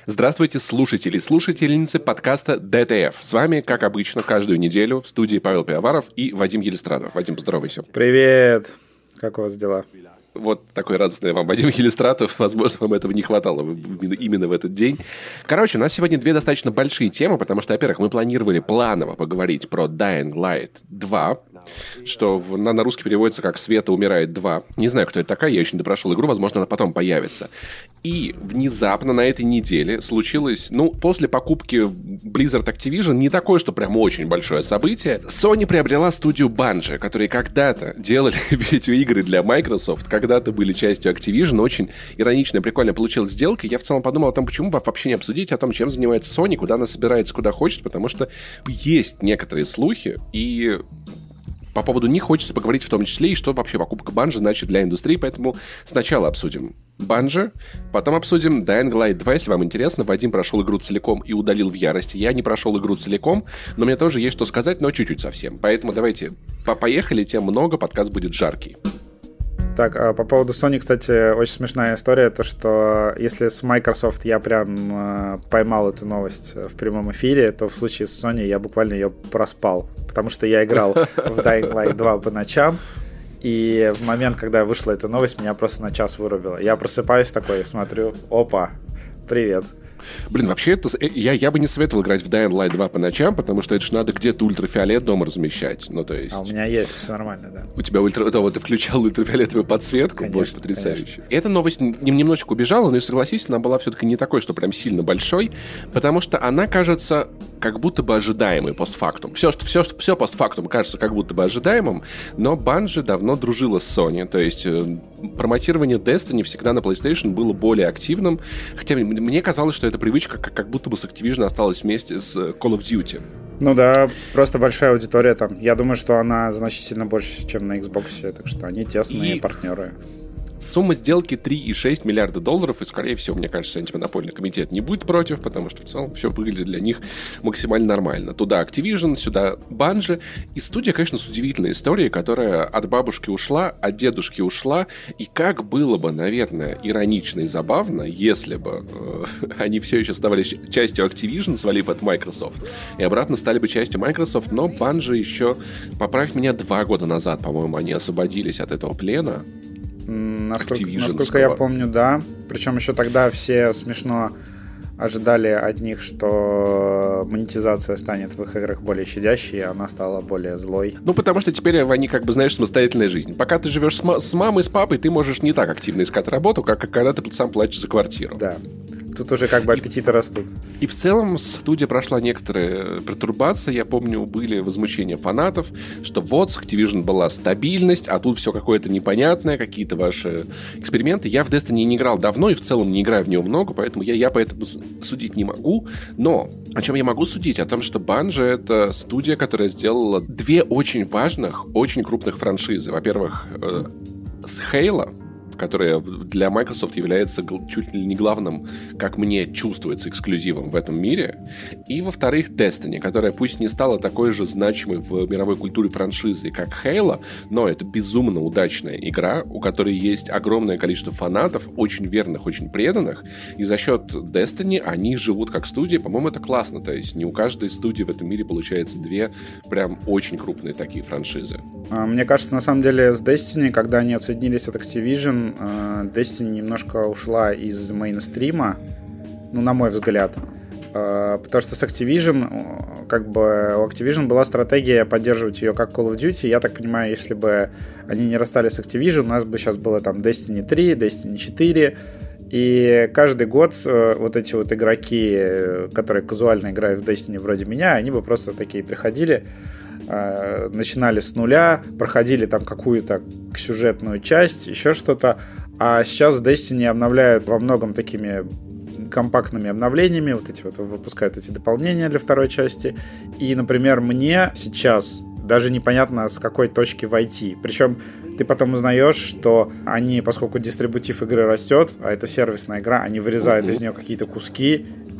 Здравствуйте, слушатели и слушательницы подкаста ДТФ. С вами, как обычно, каждую неделю в студии Павел Пивоваров и Вадим Елистратов. Вадим, поздоровайся. Привет! Как у вас дела? Вот такой радостный вам Вадим Елистратов. Возможно, вам этого не хватало именно в этот день. Короче, у нас сегодня две достаточно большие темы, потому что, во-первых, мы планировали планово поговорить про Dying Light 2, что на русский переводится как «Света умирает 2». Не знаю, кто это такая, я еще не допрошел игру, возможно, она потом появится. И внезапно на этой неделе случилось, после покупки Blizzard Activision, не такое, что прям очень большое событие, Sony приобрела студию Bungie, которые когда-то делали видеоигры для Microsoft, когда-то были частью Activision. Очень иронично и прикольно получилась сделка. Я в целом подумал о том, почему вообще не обсудить о том, чем занимается Sony, куда она собирается, куда хочет, потому что есть некоторые слухи, и по поводу них хочется поговорить в том числе, и что вообще покупка Bungie значит для индустрии, поэтому сначала обсудим Bungie, потом обсудим Dying Light 2, если вам интересно. Вадим прошел игру целиком и удалил в ярости. Я не прошел игру целиком, но мне тоже есть что сказать, но чуть-чуть совсем. Поэтому давайте поехали, тем много, подкаст будет жаркий. Так, по поводу Sony, кстати, очень смешная история, то что если с Microsoft я прям поймал эту новость в прямом эфире, то в случае с Sony я буквально ее проспал, потому что я играл в Dying Light 2 по ночам, и в момент, когда вышла эта новость, меня просто на час вырубило. Я просыпаюсь такой, смотрю, опа, привет. Блин, вообще, я бы не советовал играть в Dying Light 2 по ночам, потому что это же надо где-то ультрафиолет дома размещать. То есть... А у меня есть, все нормально, да. У тебя ты включал ультрафиолетовую подсветку, конечно, больше потрясающе. Конечно. Эта новость немножечко убежала, но, согласись, она была все-таки не такой, что прям сильно большой, потому что она кажется как будто бы ожидаемой постфактум. Все постфактум кажется как будто бы ожидаемым, но Bungie давно дружила с Sony, то есть промотирование Destiny всегда на PlayStation было более активным, хотя мне казалось, что эта привычка как будто бы с Activision осталась вместе с Call of Duty. Ну да, просто большая аудитория там. Я думаю, что она значительно больше, чем на Xbox, так что они тесные партнеры. Сумма сделки $3,6 миллиарда, и, скорее всего, мне кажется, антимонопольный комитет не будет против, потому что в целом все выглядит для них максимально нормально. Туда Activision, сюда Bungie. И студия, конечно, с удивительной историей, которая от бабушки ушла, от дедушки ушла. И как было бы, наверное, иронично и забавно, если бы они все еще оставались частью Activision, свалив от Microsoft, и обратно стали бы частью Microsoft, но Bungie еще, поправь меня, 2 года назад, по-моему, они освободились от этого плена. Насколько я помню, да. Причем еще тогда все смешно ожидали от них, что монетизация станет в их играх более щадящей, а она стала более злой. Потому что теперь они, знаешь, самостоятельная жизнь. Пока ты живешь с мамой, с папой, ты можешь не так активно искать работу, как когда ты сам платишь за квартиру. Да. Тут уже аппетиты растут. И в целом студия прошла некоторые пертурбации. Я помню, были возмущения фанатов, что вот с Activision была стабильность, а тут все какое-то непонятное, какие-то ваши эксперименты. Я в Destiny не играл давно и в целом не играю в него много, поэтому я поэтому судить не могу. Но о чем я могу судить? О том, что Bungie — это студия, которая сделала 2 очень важных, очень крупных франшизы. Во-первых, Halo, которая для Microsoft является чуть ли не главным, как мне чувствуется, эксклюзивом в этом мире. И, во-вторых, Destiny, которая пусть не стала такой же значимой в мировой культуре франшизы, как Halo, но это безумно удачная игра, у которой есть огромное количество фанатов, очень верных, очень преданных, и за счет Destiny они живут как студия. По-моему, это классно, то есть не у каждой студии в этом мире получается 2 прям очень крупные такие франшизы. Мне кажется, на самом деле, с Destiny, когда они отсоединились от Activision, Destiny немножко ушла из мейнстрима, на мой взгляд. Потому что с Activision, у Activision была стратегия поддерживать ее как Call of Duty. Я так понимаю, если бы они не расстались с Activision, у нас бы сейчас было там Destiny 3, Destiny 4. И каждый год вот эти вот игроки, которые казуально играют в Destiny вроде меня, они бы просто такие приходили, начинали с нуля, проходили там какую-то сюжетную часть, еще что-то. А сейчас Destiny обновляют во многом такими компактными обновлениями, выпускают эти дополнения для второй части. И, например, мне сейчас даже непонятно, с какой точки войти. Причем ты потом узнаешь, что они, поскольку дистрибутив игры растет, а это сервисная игра, они вырезают из нее какие-то куски,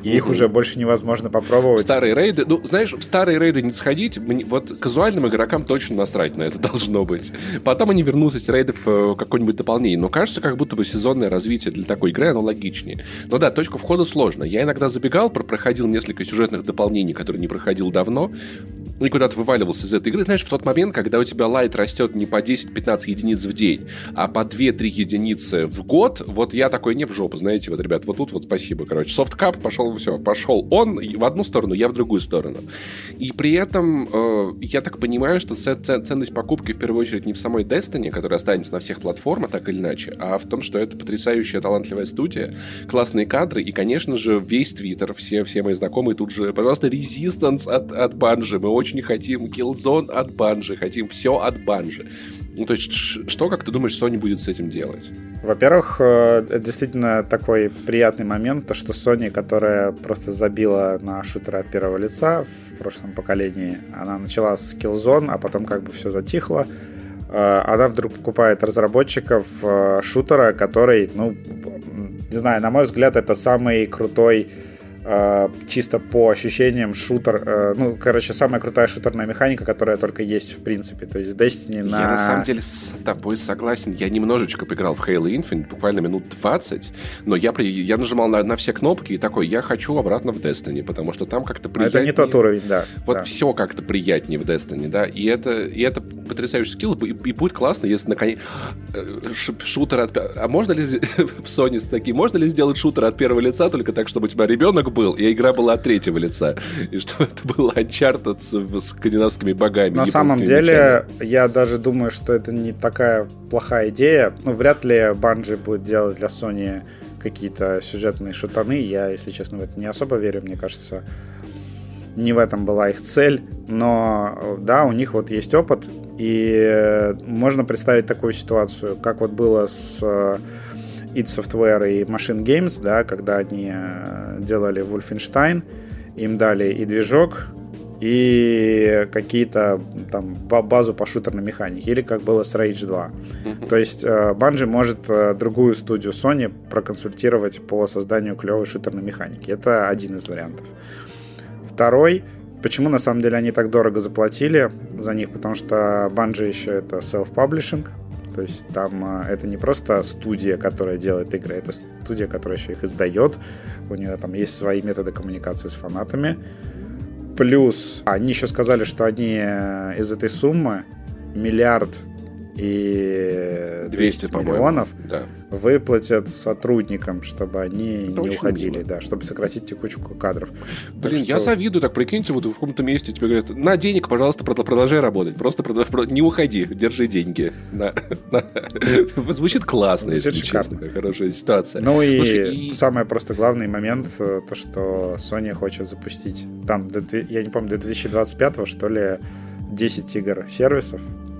и их уже больше невозможно попробовать. Старые рейды, знаешь, в старые рейды не сходить, вот казуальным игрокам точно насрать на это должно быть. Потом они вернутся из рейдов в какое-нибудь дополнение, но кажется, как будто бы сезонное развитие для такой игры, оно логичнее. Но да, точка входа сложно. Я иногда забегал, проходил несколько сюжетных дополнений, которые не проходил давно, и куда-то вываливался из этой игры. Знаешь, в тот момент, когда у тебя лайт растет не по 10-15 единиц в день, а по 2-3 единицы в год, вот я такой не в жопу, знаете, вот, ребят, вот тут вот спасибо, короче. Софткап пошел, все, пошел он в одну сторону, я в другую сторону. И при этом я так понимаю, что ценность покупки в первую очередь не в самой Destiny, которая останется на всех платформах, так или иначе, а в том, что это потрясающая, талантливая студия, классные кадры, и, конечно же, весь Твиттер, все мои знакомые тут же, пожалуйста, Resistance от Bungie, мы очень хотим Killzone от Bungie, хотим все от Bungie. Ну, то есть, что, как ты думаешь, Sony будет с этим делать? Во-первых, это действительно такой приятный момент, то, что Sony, которая просто забила на шутеры от первого лица в прошлом поколении, она начала с Killzone, а потом как бы все затихло. Она вдруг покупает разработчиков шутера, который, ну, не знаю, на мой взгляд, это самый крутой чисто по ощущениям шутер, ну, короче, самая крутая шутерная механика, которая только есть в принципе. То есть Destiny на... Я на самом деле с тобой согласен. Я немножечко поиграл в Halo Infinite, буквально минут 20, но я нажимал на все кнопки и такой, я хочу обратно в Destiny, потому что там как-то приятнее. Это не тот уровень, да. Вот да. Все как-то приятнее в Destiny, да, и это потрясающий скилл, и будет классно, если наконец шутер от... А можно ли в Sony такие, можно ли сделать шутер от первого лица только так, чтобы у тебя ребенок был, и игра была от третьего лица. И что это был Uncharted с скандинавскими богами. На самом деле, я даже думаю, что это не такая плохая идея. Ну, вряд ли Bungie будет делать для Sony какие-то сюжетные шутаны. Я, если честно, в это не особо верю. Мне кажется, не в этом была их цель. Но, да, у них вот есть опыт. И можно представить такую ситуацию, как вот было с... id Software и Machine Games, да, когда они делали Wolfenstein, им дали и движок, и какие-то там базу по шутерной механике, или как было с Rage 2. То есть Bungie может другую студию Sony проконсультировать по созданию клевой шутерной механики. Это один из вариантов. Второй, почему на самом деле они так дорого заплатили за них, потому что Bungie еще это self-publishing. То есть там это не просто студия, которая делает игры, это студия, которая еще их издает. У нее там есть свои методы коммуникации с фанатами. Плюс они еще сказали, что они из этой суммы 1 миллиард и 200 миллионов да. выплатят сотрудникам, чтобы они это не уходили, мило. Да, чтобы сократить текучку кадров. Блин, я завидую, так прикиньте, вот в каком-то месте тебе говорят, на денег, пожалуйста, продолжай работать, просто не уходи, держи деньги. Звучит классно, если честно, хорошая ситуация. Ну и самый просто главный момент, то, что Sony хочет запустить, там, я не помню, до 2025 что ли, 10 игр-сервисов.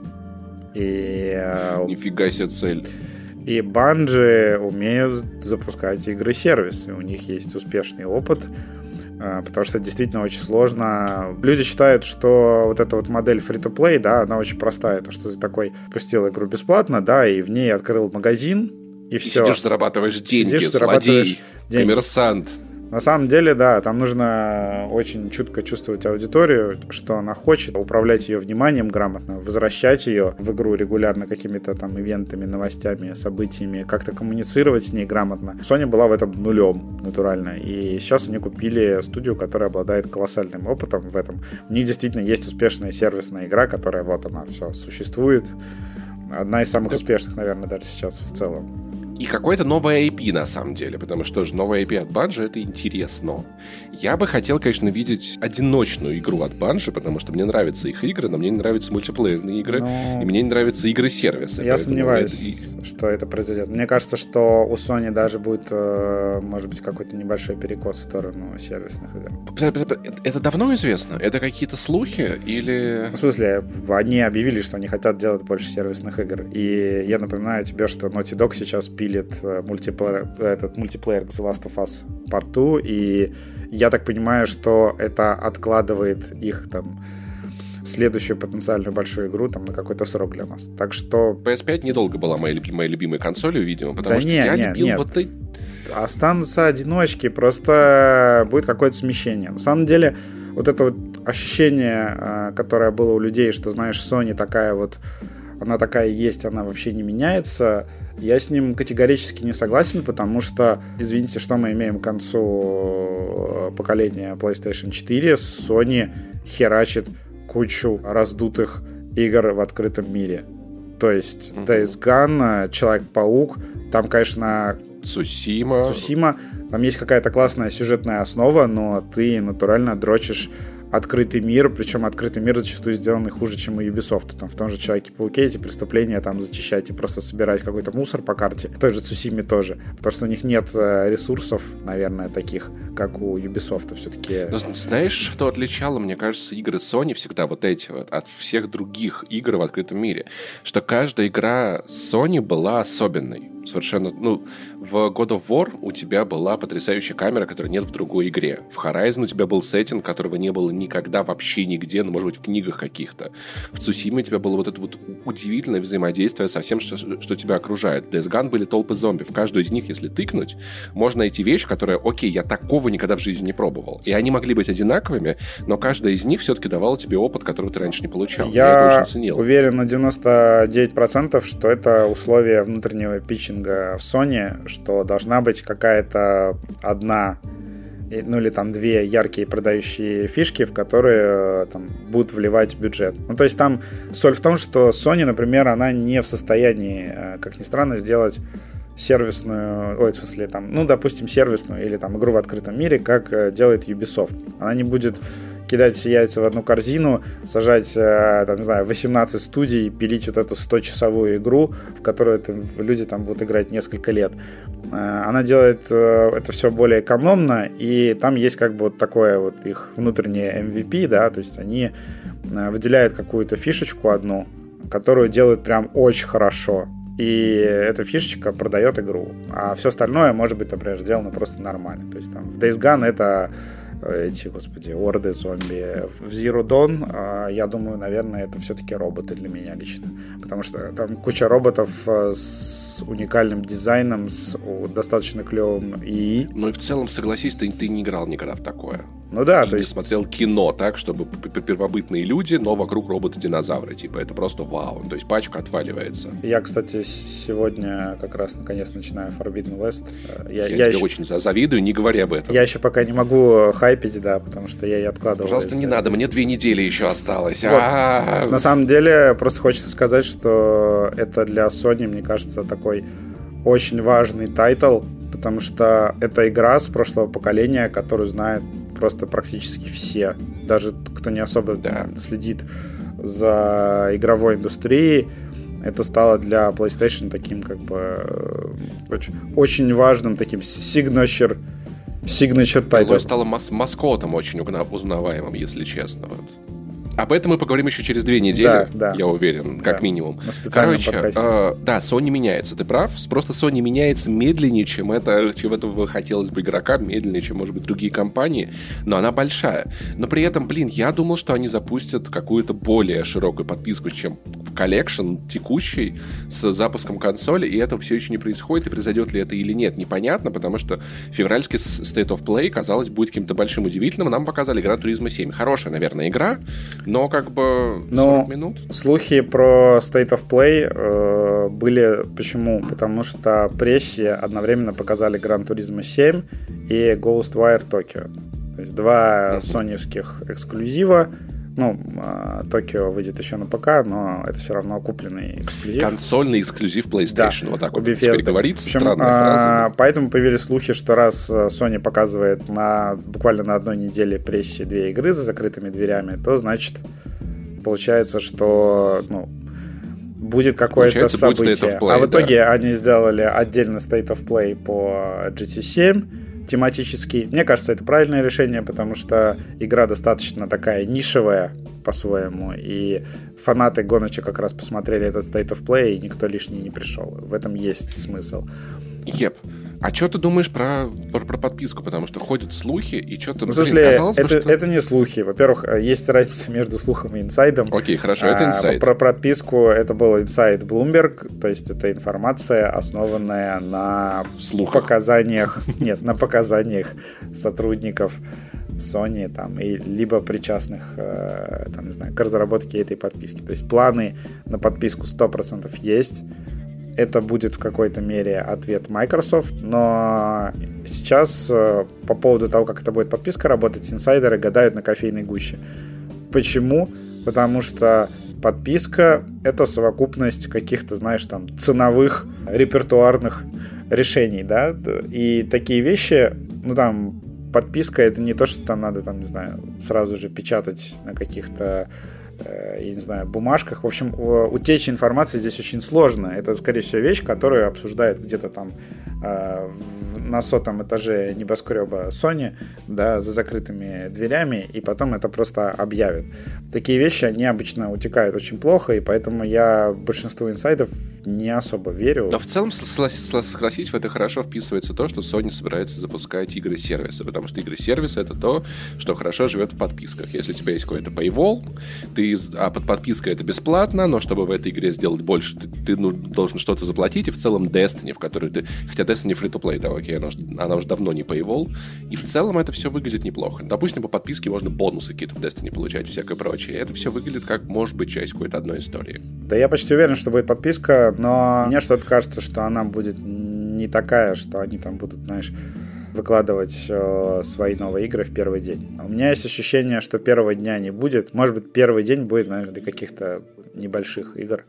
Нифига себе цель. И Bungie умеют запускать игры-сервисы. У них есть успешный опыт, потому что это действительно очень сложно. Люди считают, что вот эта вот модель free-to-play, да, она очень простая. То, что ты такой пустил игру бесплатно, да, и в ней открыл магазин, и все. Сидишь, зарабатываешь деньги, злодей, коммерсант. На самом деле, да, там нужно очень чутко чувствовать аудиторию, что она хочет, управлять ее вниманием грамотно, возвращать ее в игру регулярно какими-то там ивентами, новостями, событиями, как-то коммуницировать с ней грамотно. Sony была в этом нулем, натурально. И сейчас они купили студию, которая обладает колоссальным опытом в этом. У них действительно есть успешная сервисная игра, которая вот она все существует. Одна из самых успешных, наверное, даже сейчас в целом. И какое-то новое IP, на самом деле, потому что же новое IP от Bungie — это интересно. Я бы хотел, конечно, видеть одиночную игру от Bungie, потому что мне нравятся их игры, но мне не нравятся мультиплеерные игры, и мне не нравятся игры-сервисы. Я сомневаюсь, что это произойдет. Мне кажется, что у Sony даже будет, может быть, какой-то небольшой перекос в сторону сервисных игр. Это давно известно? Это какие-то слухи или... В смысле, они объявили, что они хотят делать больше сервисных игр. И я напоминаю тебе, что Naughty Dog сейчас пилит мультиплеер к The Last of Us Part 2, и я так понимаю, что это откладывает их там следующую потенциально большую игру там на какой-то срок для нас. Так что... PS5 недолго была моей любимой консолью, видимо, потому что я любил вот эти... Останутся одиночки, просто будет какое-то смещение. На самом деле, вот это вот ощущение, которое было у людей, что, знаешь, Sony такая вот, она такая есть, она вообще не меняется, я с ним категорически не согласен, потому что, извините, что мы имеем к концу поколения PlayStation 4, Sony херачит кучу раздутых игр в открытом мире. То есть Days Gone, Человек-паук, там, конечно... Цусима. Там есть какая-то классная сюжетная основа, но ты натурально дрочишь открытый мир, причем открытый мир зачастую сделанный хуже, чем у Ubisoft. Там в том же Человеке-пауке эти преступления там зачищать и просто собирать какой-то мусор по карте. В той же Цусиме тоже. Потому что у них нет ресурсов, наверное, таких, как у Ubisoft все-таки. Но знаешь, что отличало, мне кажется, игры Sony всегда вот эти вот от всех других игр в открытом мире? Что каждая игра Sony была особенной. Совершенно, в God of War у тебя была потрясающая камера, которой нет в другой игре. В Horizon у тебя был сеттинг, которого не было никогда вообще нигде, может быть, в книгах каких-то. В Цусиме у тебя было вот это вот удивительное взаимодействие со всем, что тебя окружает. В Days Gone были толпы зомби. В каждую из них, если тыкнуть, можно найти вещь, которая, окей, я такого никогда в жизни не пробовал. И они могли быть одинаковыми, но каждая из них все-таки давала тебе опыт, который ты раньше не получал. Я это очень ценил. Уверен на 99%, что это условие внутреннего питчинга в Sony, что должна быть какая-то одна, или там две яркие продающие фишки, в которые там будут вливать бюджет. То есть там соль в том, что Sony, например, она не в состоянии, как ни странно, сделать сервисную, допустим, сервисную или там игру в открытом мире, как делает Ubisoft. Она не будет кидать яйца в одну корзину, сажать, 18 студий, пилить вот эту 100-часовую игру, в которую люди там будут играть несколько лет. Она делает это все более экономно, и там есть как бы вот такое вот их внутреннее MVP, да, то есть они выделяют какую-то фишечку одну, которую делают прям очень хорошо. И эта фишечка продает игру. А все остальное может быть, например, сделано просто нормально. То есть там в Days Gone это орды зомби. В Zero Dawn, я думаю, наверное, это все-таки роботы для меня лично. Потому что там куча роботов с уникальным дизайном, с достаточно клевым ИИ. Ну и в целом, согласись, ты не играл никогда в такое. Ну да, и то не есть... смотрел кино так, чтобы первобытные люди, но вокруг роботы-динозавры. Типа, это просто вау. То есть пачка отваливается. Я, кстати, сегодня как раз наконец начинаю Forbidden West. Я тебе еще... очень завидую, не говори об этом. Я еще пока не могу хайпить, да, потому что я и откладывал. Пожалуйста, не надо, мне 2 недели еще осталось. Вот. На самом деле, просто хочется сказать, что это для Sony, мне кажется, такой очень важный тайтл, потому что это игра с прошлого поколения, которую знают просто практически все. Даже кто не особо следит за игровой индустрией, это стало для PlayStation таким как бы очень важным таким signature title. Оно стало маскотом очень узнаваемым, если честно. Вот. Об этом мы поговорим еще через 2 недели, я уверен, как минимум. Короче, Sony меняется, ты прав. Просто Sony меняется медленнее, чем этого хотелось бы игрокам, медленнее, чем, может быть, другие компании, но она большая. Но при этом, я думал, что они запустят какую-то более широкую подписку, чем в коллекшн текущий с запуском консоли, и это все еще не происходит, и произойдет ли это или нет, непонятно, потому что февральский State of Play, казалось, будет каким-то большим удивительным. Нам показали Gran Turismo 7. Хорошая, наверное, игра, но как бы 40 минут. Слухи про State of Play были почему? Потому что прессе одновременно показали Gran Turismo 7 и Ghostwire Tokyo. То есть 2 соневских эксклюзива. Токио выйдет еще на ПК, но это все равно купленный эксклюзив. Консольный эксклюзив PlayStation, вот так вот Bethesda. Теперь говорится, странная фраза. Поэтому появились слухи, что раз Sony показывает буквально на одной неделе прессе 2 игры за закрытыми дверями, то значит получается, что будет какое-то событие. Play, в итоге они сделали отдельно State of Play по GT7 тематический. Мне кажется, это правильное решение, потому что игра достаточно такая нишевая по-своему, и фанаты гоночек как раз посмотрели этот State of Play, и никто лишний не пришел. В этом есть смысл. А что ты думаешь про подписку? Потому что ходят слухи, и что-то... Ну, в смысле, это не слухи. Во-первых, есть разница между слухом и инсайдом. Окей, хорошо, это инсайд. Про подписку это был инсайд Bloomberg, то есть это информация, основанная на показаниях... Нет, на показаниях сотрудников Sony, там, и либо причастных, там, не знаю, к разработке этой подписки. То есть планы на подписку 100% есть. Это будет в какой-то мере ответ Microsoft, но сейчас по поводу того, как это будет подписка работать, инсайдеры гадают на кофейной гуще. Почему? Потому что подписка — это совокупность каких-то, знаешь, там, ценовых, репертуарных решений, да, и такие вещи, ну, там, подписка — это не то, что там надо, там, не знаю, сразу же печатать на каких-то, я не знаю, бумажках. В общем, утечка информации здесь очень сложно. Это, скорее всего, вещь, которую обсуждают где-то там на 100-м этаже небоскреба Sony, да, за закрытыми дверями, и потом это просто объявят. Такие вещи, они обычно утекают очень плохо, и поэтому я большинству инсайдов не особо верю. Но в целом, согласитесь, в это хорошо вписывается то, что Sony собирается запускать игры-сервисы, потому что игры-сервисы — это то, что хорошо живет в подписках. Если у тебя есть какой-то paywall, под подпиской это бесплатно, но чтобы в этой игре сделать больше, ты должен что-то заплатить, и в целом Destiny, в которой ты... Хотя Destiny free-to-play, да, окей, она уже давно не paywall, и в целом это все выглядит неплохо. Допустим, по подписке можно бонусы какие-то в Destiny получать, всякое прочее. Это все выглядит как, может быть, часть какой-то одной истории. Да я почти уверен, что будет подписка, но мне что-то кажется, что она будет не такая, что они там будут, знаешь, выкладывать свои новые игры в первый день. У меня есть ощущение, что первого дня не будет. Может быть, первый день будет, наверное, для каких-то небольших игр,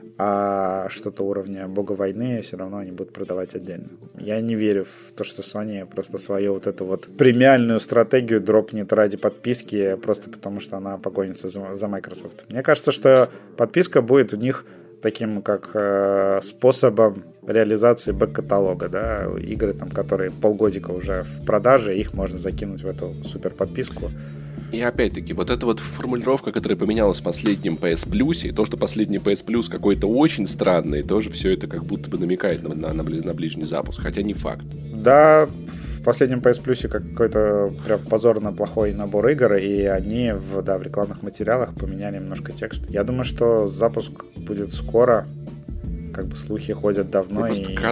а что-то уровня Бога войны все равно они будут продавать отдельно. Я не верю в то, что Sony просто свою вот эту вот премиальную стратегию дропнет ради подписки, просто потому что она погонится за Microsoft. Мне кажется, что подписка будет у них таким как способом реализации бэк-каталога, да, игры, там, которые полгодика уже в продаже, их можно закинуть в эту супер подписку. И опять-таки, вот эта вот формулировка, которая поменялась в последнем PS Plus, и то, что последний PS Plus какой-то очень странный, тоже все это как будто бы намекает на ближний запуск, хотя не факт. Да, в последнем PS Plus какой-то прям позорно плохой набор игр, и они в рекламных материалах поменяли немножко текст. Я думаю, что запуск будет скоро. Как бы слухи ходят давно.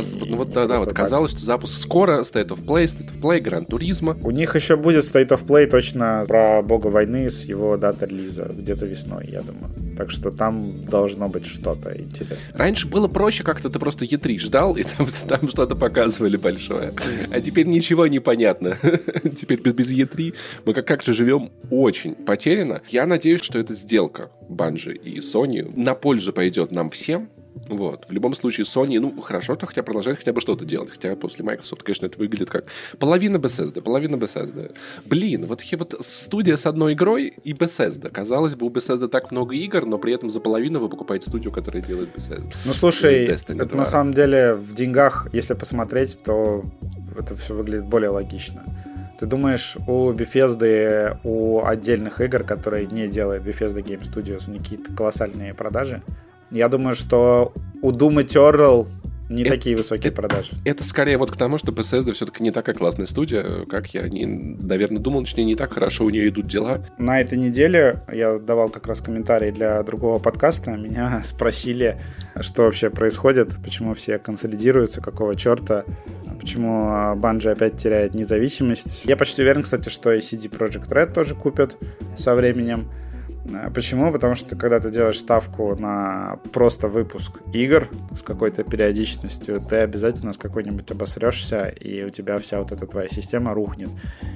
Казалось, что запуск скоро, State of Play, Gran Turismo. У них еще будет State of Play точно про Бога войны с его датой релиза где-то весной, я думаю. Так что там должно быть что-то интересное. Раньше было проще, как-то ты просто E3 ждал, и там что-то показывали большое. А теперь ничего не понятно. Теперь без E3 мы как-то живем очень потерянно. Я надеюсь, что эта сделка Bungie и Sony на пользу пойдет нам всем. Вот. В любом случае, Sony, хорошо, то хотя продолжает хотя бы что-то делать. Хотя после Microsoft, конечно, это выглядит как половина Bethesda. Блин, вот студия с одной игрой и Bethesda. Казалось бы, у Bethesda так много игр, но при этом за половину вы покупаете студию, которая делает Bethesda. Ну, слушай, это на самом деле в деньгах, если посмотреть, то это все выглядит более логично. Ты думаешь, у Bethesda, у отдельных игр, которые не делает Bethesda Game Studios, у них какие-то колоссальные продажи? Я думаю, что у Doom Eternal не такие высокие продажи. Это скорее вот к тому, что Bethesda все-таки не такая классная студия, как я, наверное, думал, точнее, не так хорошо у нее идут дела. На этой неделе я давал как раз комментарий для другого подкаста. Меня спросили, что вообще происходит, почему все консолидируются, какого черта, почему Bungie опять теряет независимость. Я почти уверен, кстати, что и CD Projekt Red тоже купят со временем. Почему? Потому что когда ты делаешь ставку на просто выпуск игр с какой-то периодичностью, ты обязательно с какой-нибудь обосрешься, и у тебя вся вот эта твоя система рухнет.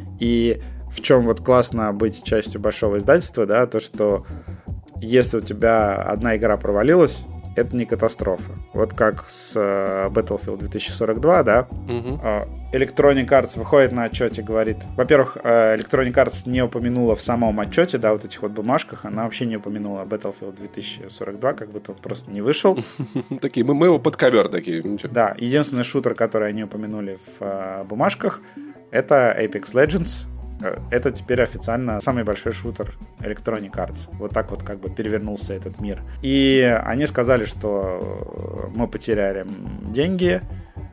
И в чем вот классно быть частью большого издательства, да, то, что если у тебя одна игра провалилась, это не катастрофа. Вот как с Battlefield 2042, да, Electronic Arts выходит на отчете, говорит, во-первых, Electronic Arts не упомянула в самом отчете, да, вот этих вот бумажках, она вообще не упомянула Battlefield 2042, как будто он просто не вышел. Такие, мы его под ковер такие. Да, единственный шутер, который они упомянули в бумажках, это Apex Legends. Это теперь официально самый большой шутер Electronic Arts. Вот так вот как бы перевернулся этот мир. И они сказали, что мы потеряли деньги,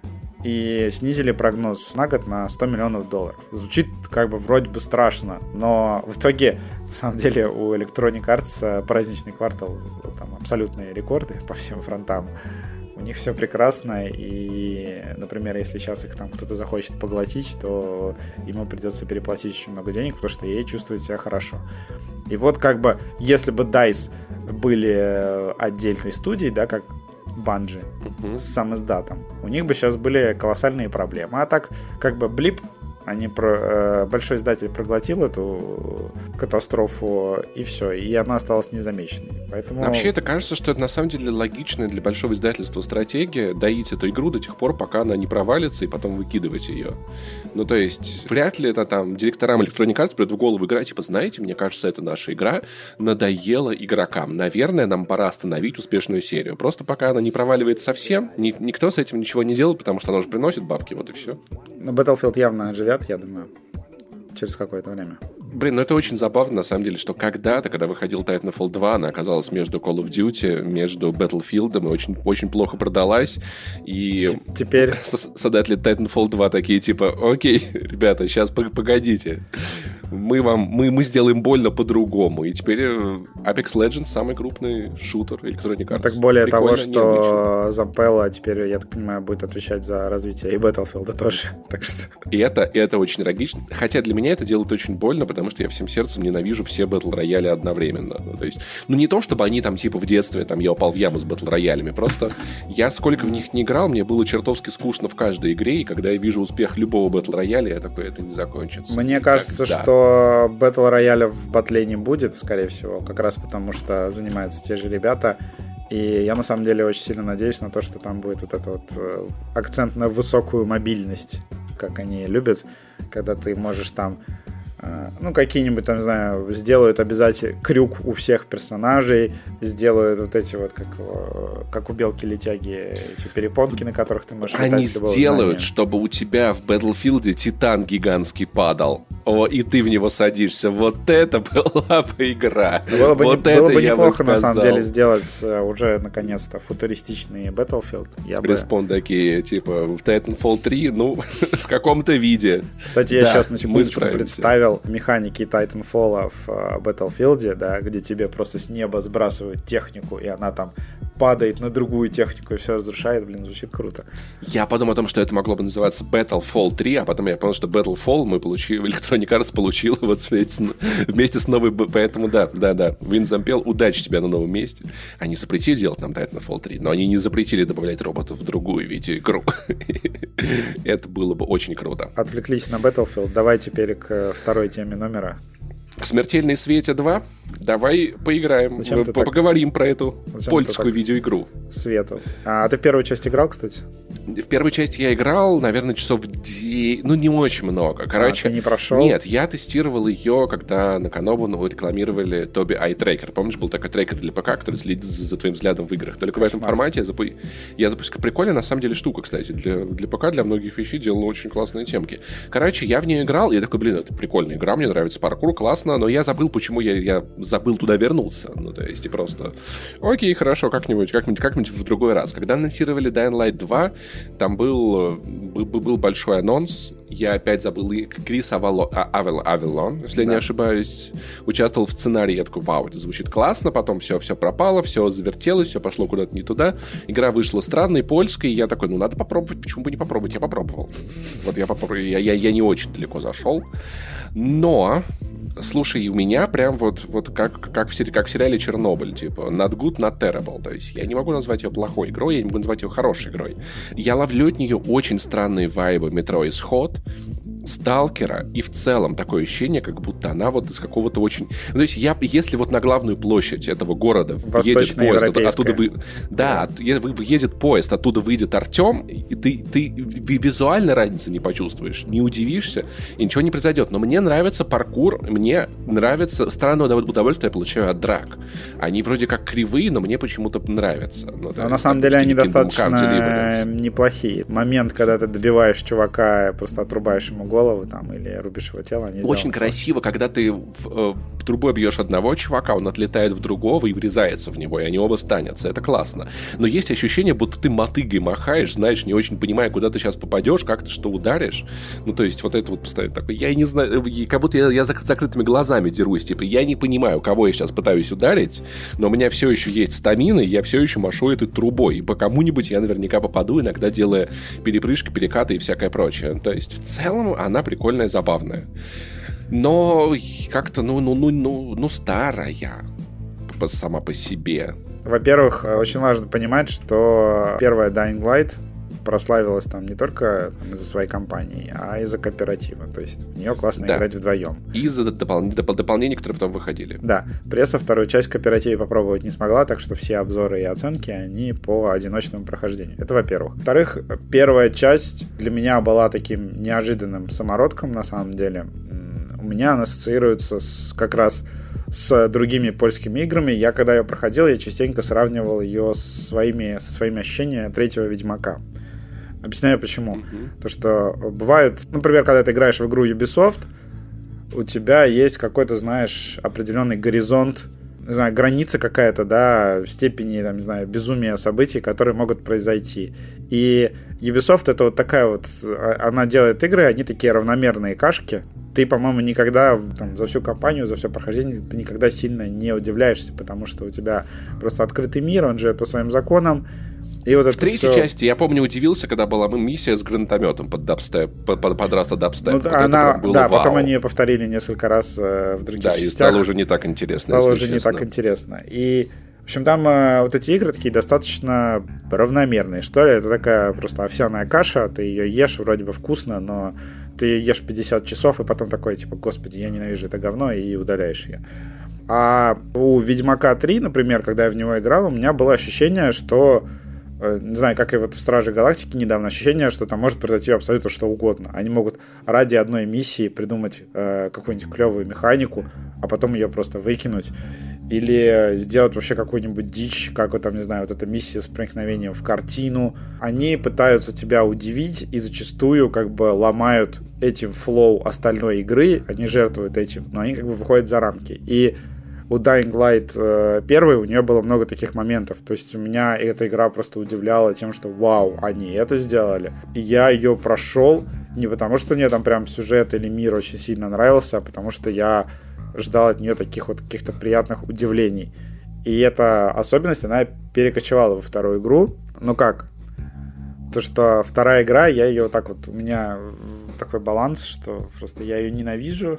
и снизили прогноз на год на $100 миллионов. Звучит как бы вроде бы страшно, но в итоге, на самом деле, у Electronic Arts праздничный квартал, там абсолютные рекорды по всем фронтам. У них все прекрасно, и, например, если сейчас их там кто-то захочет поглотить, то ему придется переплатить очень много денег, потому что EA чувствует себя хорошо. И вот как бы, если бы DICE были отдельной студией, да, как Bungie с самиздатом, у них бы сейчас были колоссальные проблемы. А так, как бы, блип, большой издатель проглотил эту катастрофу, и все, и она осталась незамеченной. Поэтому... Вообще, это кажется, что это на самом деле логичная для большого издательства стратегия доить эту игру до тех пор, пока она не провалится, и потом выкидывать ее. Ну, то есть, вряд ли это там директорам Electronic Arts придет в голову игра, типа, знаете, мне кажется, это наша игра надоела игрокам. Наверное, нам пора остановить успешную серию. Просто пока она не проваливается совсем, никто с этим ничего не делает, потому что она уже приносит бабки, вот и все. Battlefield явно живет, я думаю, через какое-то время. Блин, ну это очень забавно, на самом деле, что когда-то, когда выходил Titanfall 2, она оказалась между Call of Duty, между Battlefield, и очень, очень плохо продалась. И теперь создатели Titanfall 2 такие, типа, окей, ребята, сейчас погодите. Мы сделаем больно по-другому. И теперь Apex Legends самый крупный шутер Electronic Arts. Так более того, что Zampella теперь, я так понимаю, будет отвечать за развитие и Battlefield тоже. Так что... И это очень логично. Хотя для меня это делает очень больно, потому что я всем сердцем ненавижу все Battle-рояли одновременно. Ну, то есть, не то, чтобы они там типа в детстве там я упал в яму с Battle-роялями, просто я сколько в них не играл, мне было чертовски скучно в каждой игре, и когда я вижу успех любого Battle-рояля, я такой, это не закончится. Мне кажется, что Battle Royale в батле не будет, скорее всего, как раз потому, что занимаются те же ребята. И я на самом деле очень сильно надеюсь на то, что там будет вот этот вот акцент на высокую мобильность, как они любят, когда ты можешь там, ну, какие-нибудь там, не знаю, сделают обязательно крюк у всех персонажей, сделают вот эти вот, как у белки-летяги, эти перепонки, на которых ты можешь летать. Они сделают, чтобы у тебя в Battlefield Титан гигантский падал. И ты в него садишься. Вот это была бы игра. Было бы неплохо, на самом деле, сделать уже, наконец-то, футуристичный Battlefield. Респон такие, типа, в Titanfall 3, ну, в каком-то виде. Кстати, я сейчас на секундочку представил механики Titanfall в Battlefield, да, где тебе просто с неба сбрасывают технику, и она там падает на другую технику и все разрушает. Блин, звучит круто. Я подумал о том, что это могло бы называться Battlefall 3, а потом я понял, что Battlefall мы получили, Electronic Arts получила вот вместе с новой... Поэтому да. Вин Zampella, удачи тебе на новом месте. Они запретили делать нам Titanfall 3, но они не запретили добавлять роботов в другую видеоигру. Это было бы очень круто. Отвлеклись на Battlefield. Давай теперь к второй теме номера. К «Смертельной Свете 2» давай поиграем, поговорим про эту польскую видеоигру. Свету. А ты в первую часть играл, кстати? В первую часть я играл, наверное, часов 10, ну, не очень много. Короче, ты не прошел? Нет, я тестировал ее, когда на Канобу рекламировали Tobii Eye Tracker. Помнишь, был такой трекер для ПК, который следит за твоим взглядом в играх. Только в этом формате я запустил. Прикольная, на самом деле, штука, кстати. Для ПК, для многих вещей делала очень классные темки. Короче, я в нее играл, и я такой, блин, это прикольная игра, мне нравится паркур, классно, но я забыл, почему я забыл туда вернуться. Ну, то есть, и просто, окей, хорошо, как-нибудь в другой раз. Когда анонсировали Dying Light 2, там был большой анонс. Я опять забыл. И Крис Авелон, если я не ошибаюсь, участвовал в сценарии. Я такой, вау, это звучит классно. Потом все пропало, все завертелось, все пошло куда-то не туда. Игра вышла странной, польской. И я такой, ну, надо попробовать. Почему бы не попробовать? Я попробовал. Вот я попробовал. Я не очень далеко зашел. Но... Слушай, у меня прям вот как в сериале «Чернобыль», типа not good, not terrible. То есть я не могу назвать ее плохой игрой, я не могу назвать ее хорошей игрой. Я ловлю от нее очень странные вайбы «Метро Исход», «Сталкера», и в целом такое ощущение, как будто она вот из какого-то очень... Ну, то есть если вот на главную площадь этого города едет поезд, оттуда едет поезд, оттуда выйдет Артем, и ты визуально разницы не почувствуешь, не удивишься, и ничего не произойдет. Но мне нравится паркур, мне нравится... Странное удовольствие я получаю от драк. Они вроде как кривые, но мне почему-то нравятся. Ну, но на самом деле они достаточно неплохие. Момент, когда ты добиваешь чувака, просто отрубаешь ему голову, голову там или рубишь его тело. Очень красиво, когда ты трубой бьешь одного чувака, он отлетает в другого и врезается в него, и они оба станятся. Это классно. Но есть ощущение, будто ты мотыгой махаешь, знаешь, не очень понимая, куда ты сейчас попадешь, как ты что ударишь. Ну, то есть, вот это вот постоянно такое. Я не знаю, как будто я закрытыми глазами дерусь. Типа, я не понимаю, кого я сейчас пытаюсь ударить, но у меня все еще есть стамина, и я все еще машу этой трубой. И по кому-нибудь я наверняка попаду, иногда делая перепрыжки, перекаты и всякое прочее. То есть, в целом, она прикольная, забавная. Но как-то, старая сама по себе. Во-первых, очень важно понимать, что первая Dying Light прославилась там не только из-за своей компании, а из-за кооператива. То есть в нее классно играть вдвоем. И из-за дополнений, которые потом выходили. Да. Пресса вторую часть в кооперативе попробовать не смогла, так что все обзоры и оценки, они по одиночному прохождению. Это во-первых. Во-вторых, первая часть для меня была таким неожиданным самородком, на самом деле. У меня она ассоциируется как раз с другими польскими играми. Я, когда ее проходил, я частенько сравнивал ее со своими ощущениями третьего Ведьмака. Объясняю, почему. То, что бывает, например, когда ты играешь в игру Ubisoft, у тебя есть какой-то, знаешь, определенный горизонт, не знаю, граница какая-то, да, в степени, там, не знаю, безумия событий, которые могут произойти. И Ubisoft это вот такая вот, она делает игры, они такие равномерные кашки. Ты, по-моему, никогда там, за всю кампанию, за все прохождение, ты никогда сильно не удивляешься, потому что у тебя просто открытый мир, он живет по своим законам. И вот в третьей части, я помню, удивился, когда была миссия с гранатометом под Раста дабстеп. Ну, вот потом они ее повторили несколько раз в других частях. Да, и стало уже не так интересно. Не так интересно. И, в общем, там вот эти игры такие достаточно равномерные, что ли. Это такая просто овсяная каша, ты ее ешь, вроде бы вкусно, но ты ешь 50 часов, и потом такой, типа, господи, я ненавижу это говно, и удаляешь ее. А у Ведьмака 3, например, когда я в него играл, у меня было ощущение, что не знаю, как и вот в Страже Галактики недавно, ощущение, что там может произойти абсолютно что угодно. Они могут ради одной миссии придумать какую-нибудь клевую механику, а потом ее просто выкинуть. Или сделать вообще какую-нибудь дичь, как вот там, не знаю, вот эта миссия с проникновением в картину. Они пытаются тебя удивить и зачастую как бы ломают этим флоу остальной игры, они жертвуют этим, но они как бы выходят за рамки. И у Dying Light 1 у нее было много таких моментов. То есть у меня эта игра просто удивляла тем, что вау, они это сделали. И я ее прошел не потому, что мне там прям сюжет или мир очень сильно нравился, а потому что я ждал от нее таких вот каких-то приятных удивлений. И эта особенность, она перекочевала во вторую игру. Ну как? То, что вторая игра, я ее вот так вот... У меня такой баланс, что просто я ее ненавижу.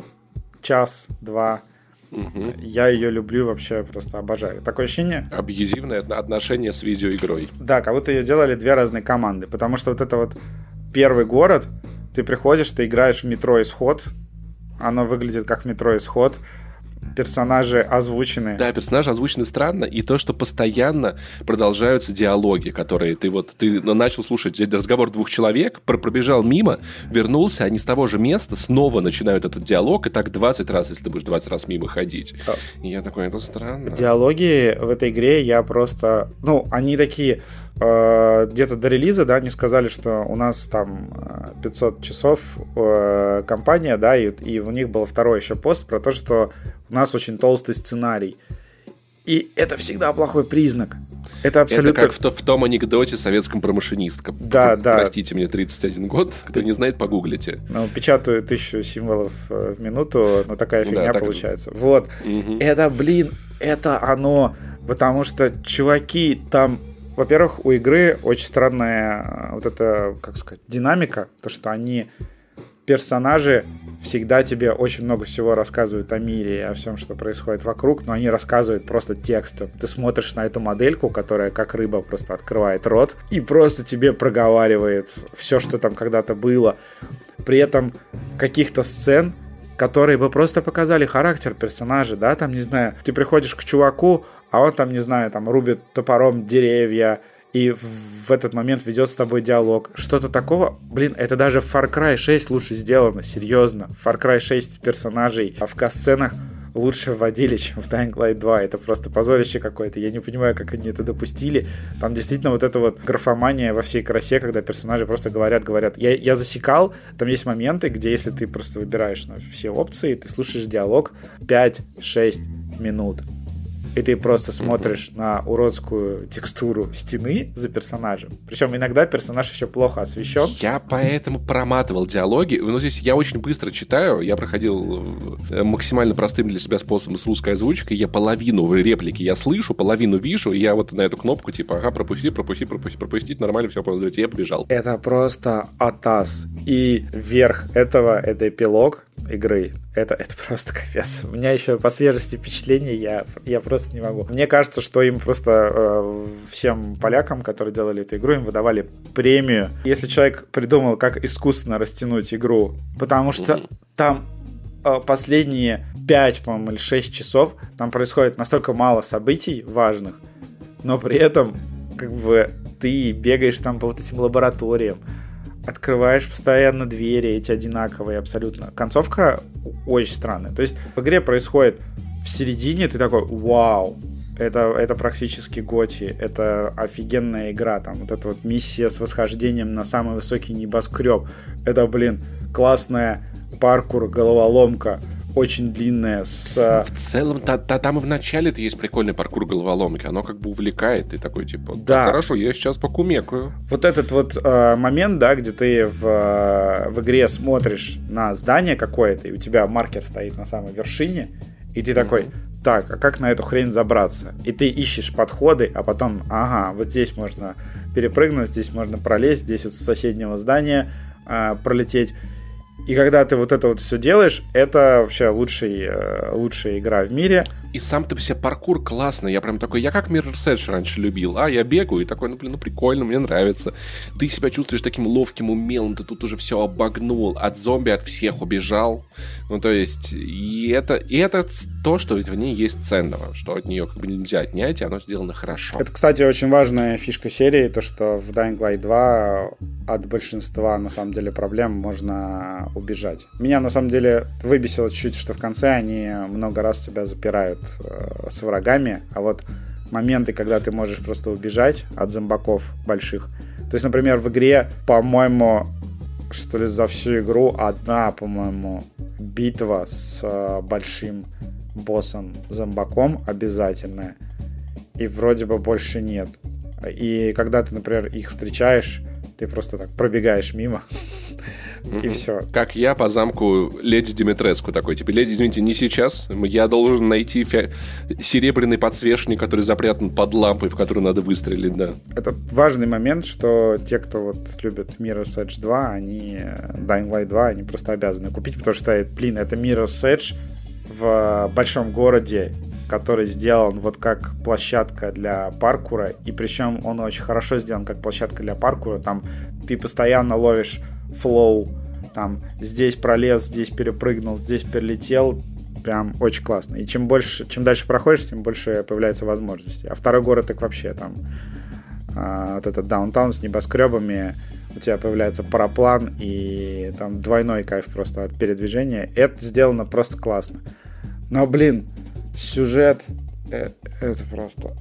Час-два. Я ее люблю, вообще просто обожаю. Такое ощущение... Абьюзивное отношение с видеоигрой. Да, как будто ее делали две разные команды. Потому что вот это вот первый город, ты приходишь, ты играешь в метро Исход. Оно выглядит как метро Исход. Персонажи озвучены. Да, персонажи озвучены странно, и то, что постоянно продолжаются диалоги, которые ты начал слушать разговор двух человек, пробежал мимо, вернулся, они с того же места снова начинают этот диалог, и так 20 раз, если ты будешь 20 раз мимо ходить. И я такой, это странно. Диалоги в этой игре я просто... Ну, они такие... где-то до релиза, да, они сказали, что у нас там 500 часов компания, да, и у них был второй еще пост про то, что у нас очень толстый сценарий. И это всегда плохой признак. Это абсолютно... Это как в том анекдоте советском про машинистка. Да, да. Простите, мне 31 год. Кто не знает, погуглите. Ну, печатаю 1000 символов в минуту, но такая фигня получается. Вот. Это, это оно. Потому что, чуваки, там... Во-первых, у игры очень странная вот эта, как сказать, динамика. То, что персонажи всегда тебе очень много всего рассказывают о мире и о всем, что происходит вокруг, но они рассказывают просто текстом. Ты смотришь на эту модельку, которая как рыба просто открывает рот и просто тебе проговаривает все, что там когда-то было. При этом каких-то сцен, которые бы просто показали характер персонажа, да, там, не знаю, ты приходишь к чуваку, а он там, не знаю, там рубит топором деревья, и в этот момент ведет с тобой диалог. Что-то такого, это даже в Far Cry 6 лучше сделано, серьезно. В Far Cry 6 персонажей в катсценах лучше вводили, чем в Dying Light 2. Это просто позорище какое-то. Я не понимаю, как они это допустили. Там действительно вот эта вот графомания во всей красе, когда персонажи просто говорят. Я засекал, там есть моменты, где если ты просто выбираешь все опции, ты слушаешь диалог 5-6 минут. И ты просто смотришь на уродскую текстуру стены за персонажем. Причем иногда персонаж еще плохо освещен. Я поэтому проматывал диалоги. Но здесь я очень быстро читаю. Я проходил максимально простым для себя способом с русской озвучкой. Я половину реплики я слышу, половину вижу. И я вот на эту кнопку типа, пропустить, нормально, все, я побежал. Это просто атас. И верх этого, это эпилог игры. Это просто капец. У меня еще по свежести впечатлений я просто не могу. Мне кажется, что им просто всем полякам, которые делали эту игру, им выдавали премию. Если человек придумал, как искусственно растянуть игру, потому что там последние 5, по-моему, или 6 часов там происходит настолько мало событий важных, но при этом как бы ты бегаешь там по вот этим лабораториям, открываешь постоянно двери, эти одинаковые абсолютно. Концовка очень странная. То есть в игре происходит в середине, ты такой, вау, это практически Готи, это офигенная игра, там вот эта вот миссия с восхождением на самый высокий небоскреб, это, классная паркур, головоломка, очень длинная. В целом, там и в начале-то есть прикольный паркур головоломки. Оно как бы увлекает. Ты такой, типа, да, хорошо, я сейчас покумекаю. Вот этот вот момент, да, где ты в игре смотришь на здание какое-то, и у тебя маркер стоит на самой вершине, и ты такой, так, а как на эту хрень забраться? И ты ищешь подходы, а потом, вот здесь можно перепрыгнуть, здесь можно пролезть, здесь вот с соседнего здания пролететь. И когда ты вот это вот все делаешь, это вообще лучшая игра в мире. И сам-то по себе паркур классный. Я прям такой, я как Mirror's Edge раньше любил. Я бегаю и такой, прикольно, мне нравится. Ты себя чувствуешь таким ловким, умелым, ты тут уже все обогнул. От зомби, от всех убежал. То есть, и это то, что в ней есть ценного. Что от нее как бы нельзя отнять, и оно сделано хорошо. Это, кстати, очень важная фишка серии, то, что в Dying Light 2 от большинства, на самом деле, проблем можно убежать. Меня, на самом деле, выбесило чуть-чуть, что в конце они много раз тебя запирают с врагами, а вот моменты, когда ты можешь просто убежать от зомбаков больших. То есть, например, в игре, по-моему, что ли, за всю игру одна, по-моему, битва с большим боссом-зомбаком обязательная, и вроде бы больше нет. И когда ты, например, их встречаешь, ты просто так пробегаешь мимо, и все. Как я по замку леди Димитреску такой, типа, леди, извините, не сейчас, я должен найти серебряный подсвечник, который запрятан под лампой, в которую надо выстрелить, да. Это важный момент, что те, кто вот любит Mirror's Edge 2, они Dying Light 2, они просто обязаны купить, потому что, это Mirror's Edge в большом городе, который сделан вот как площадка для паркура, и причем он очень хорошо сделан как площадка для паркура, там ты постоянно ловишь флоу, там здесь пролез, здесь перепрыгнул, здесь перелетел, прям очень классно. И чем дальше проходишь, тем больше появляется возможностей. А второй город, так вообще там вот этот даунтаун с небоскребами, у тебя появляется параплан, и там двойной кайф просто от передвижения. Это сделано просто классно. Но, сюжет, это просто...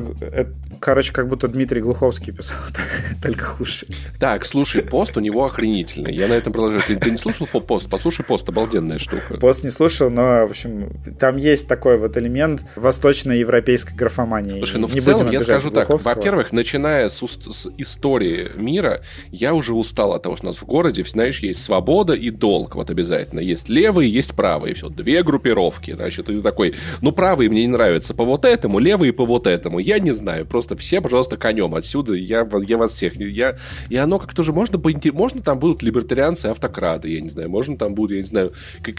короче, как будто Дмитрий Глуховский писал, только хуже. Так, слушай, пост у него охренительный. Я на этом продолжаю. Ты не слушал пост? Послушай пост, обалденная штука. Пост не слушал, но, в общем, там есть такой вот элемент восточноевропейской графомании. Слушай, в целом я скажу так. Во-первых, начиная с истории мира, я уже устал от того, что у нас в городе, знаешь, есть свобода и долг. Вот обязательно. Есть левые, есть правые. Все, две группировки. Значит, ты такой, правые мне не нравятся по вот этому, левые по вот этому. Я не знаю. Просто все, пожалуйста, конем отсюда. Я вас всех... И оно как-то же можно там будут либертарианцы, автократы, я не знаю. Можно там будут, я не знаю,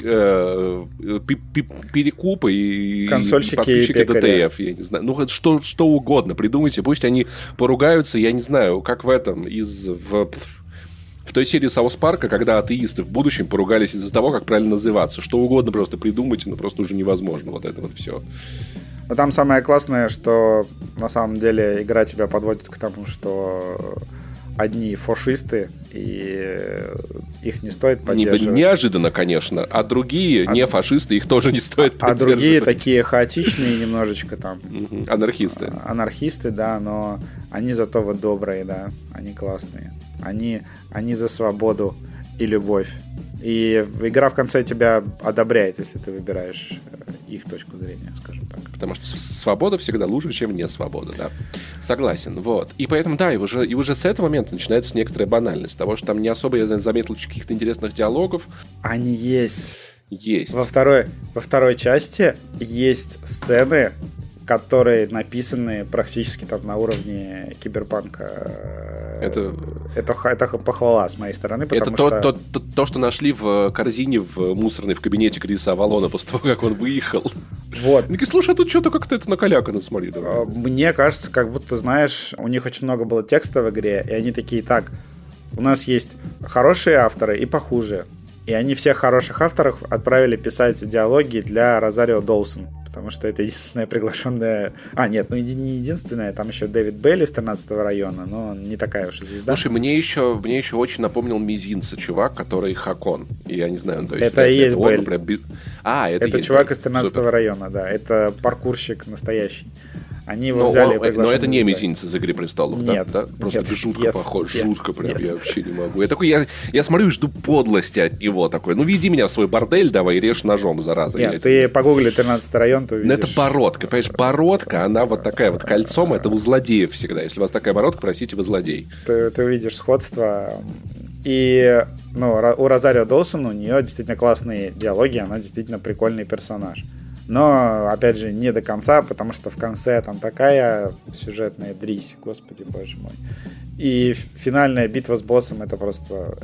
перекупы и подписчики ДТФ, я не знаю. Что угодно придумайте. Пусть они поругаются, я не знаю, как в этом, в той серии Саус Парка, когда атеисты в будущем поругались из-за того, как правильно называться. Что угодно просто придумайте, но просто уже невозможно вот это вот все. Но там самое классное, что на самом деле игра тебя подводит к тому, что одни фашисты, и их не стоит поддерживать. Неожиданно, конечно. А другие не фашисты, их тоже не стоит поддерживать. А другие такие хаотичные немножечко там. Анархисты. Анархисты, да, но они зато вот добрые, да. Они классные. Они за свободу и любовь. И игра в конце тебя одобряет, если ты выбираешь их точку зрения, скажем так. Потому что свобода всегда лучше, чем не свобода, да. Согласен, вот. И поэтому, да, и уже с этого момента начинается некоторая банальность того, что там не особо я заметил каких-то интересных диалогов. Они есть. Есть. Во второй части есть сцены, которые написаны практически там на уровне киберпанка. Это похвала с моей стороны, потому это то, что нашли в корзине в мусорной в кабинете Криса Авалона после того, как он выехал. Вот. Такие, слушай, а тут что-то как-то это накалякано, смотри. Давай. Мне кажется, как будто, знаешь, у них очень много было текста в игре, и они такие, так, у нас есть хорошие авторы и похуже. И они всех хороших авторов отправили писать диалоги для Розарио Доусон. Потому что это единственная приглашенная... нет, не единственная, там еще Дэвид Бейли с 13-го района, но он не такая уж и звезда. Слушай, мне еще очень напомнил Мизинца, чувак, который Хакон. И я не знаю, то есть... Это и есть Бейли. Это чувак из 13-го района, да. Это паркурщик настоящий. Они его взяли... Но это не Мизинец из «Игры престолов», нет, да? Просто нет, жутко похож, жутко прям, я вообще не могу. Я такой, я смотрю и жду подлости от него такой. Ну, веди меня в свой бордель давай и режь ножом, зараза. Нет, ты погугли 13-й район, ты увидишь. Ну, это бородка, понимаешь? Бородка, она вот такая вот кольцом, это у злодеев всегда. Если у вас такая бородка, простите, вы злодей. Ты увидишь сходство. И, у Розарио Доусон, у нее действительно классные диалоги, она действительно прикольный персонаж. Но, опять же, не до конца, потому что в конце там такая сюжетная дрись, господи, боже мой. И финальная битва с боссом, это просто...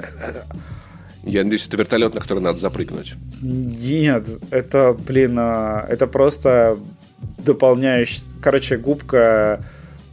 Я надеюсь, это вертолет, на который надо запрыгнуть. Нет, это просто дополняющая... Короче, губка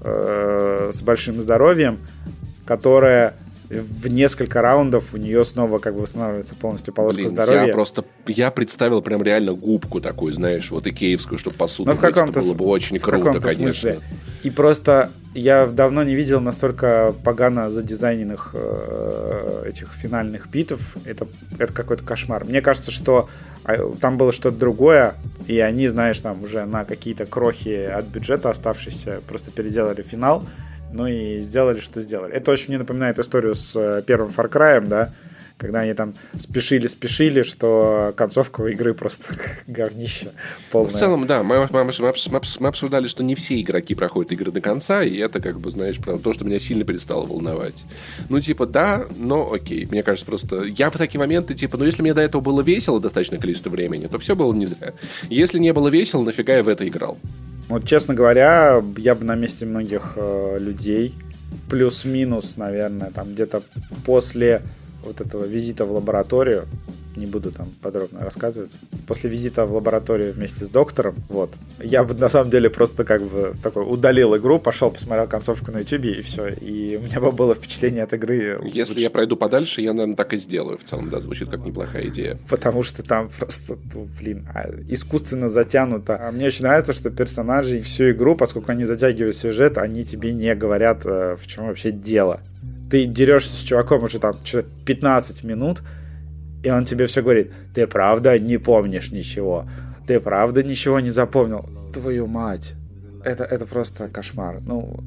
с большим здоровьем, которая... В несколько раундов у нее снова как бы восстанавливается полностью полоска здоровья. Я представил прям реально губку такую, знаешь, вот икеевскую, чтобы посуду мыть. Это было бы очень круто, конечно. Смысле. И просто я давно не видел настолько погано задизайненных этих финальных битв. Это какой-то кошмар. Мне кажется, что там было что-то другое, и они, знаешь, там уже на какие-то крохи от бюджета оставшиеся просто переделали финал. Ну и сделали, что сделали. Это очень мне напоминает историю с первым Far Cry, да, когда они там спешили, что концовка игры просто говнище полное. В целом, да, мы обсуждали, что не все игроки проходят игры до конца, и это, как бы, знаешь, то, что меня сильно перестало волновать. Ну, типа, да, но окей. Мне кажется, просто... Я в такие моменты, типа, если мне до этого было весело достаточное количество времени, то все было не зря. Если не было весело, нафига я в это играл? Вот, честно говоря, я бы на месте многих людей, плюс-минус, наверное, там где-то после вот этого визита в лабораторию, не буду там подробно рассказывать, после визита в лабораторию вместе с доктором, вот, я бы на самом деле просто как бы такой удалил игру, пошел, посмотрел концовку на YouTube и все, и у меня бы было впечатление от игры. Если я пройду подальше, я, наверное, так и сделаю в целом, да, звучит как неплохая идея. Потому что там просто, искусственно затянуто. А мне очень нравится, что персонажи всю игру, поскольку они затягивают сюжет, они тебе не говорят, в чем вообще дело. Ты дерешься с чуваком уже там 15 минут, и он тебе все говорит: ты правда не помнишь ничего? Ты правда ничего не запомнил? Твою мать. Это просто кошмар.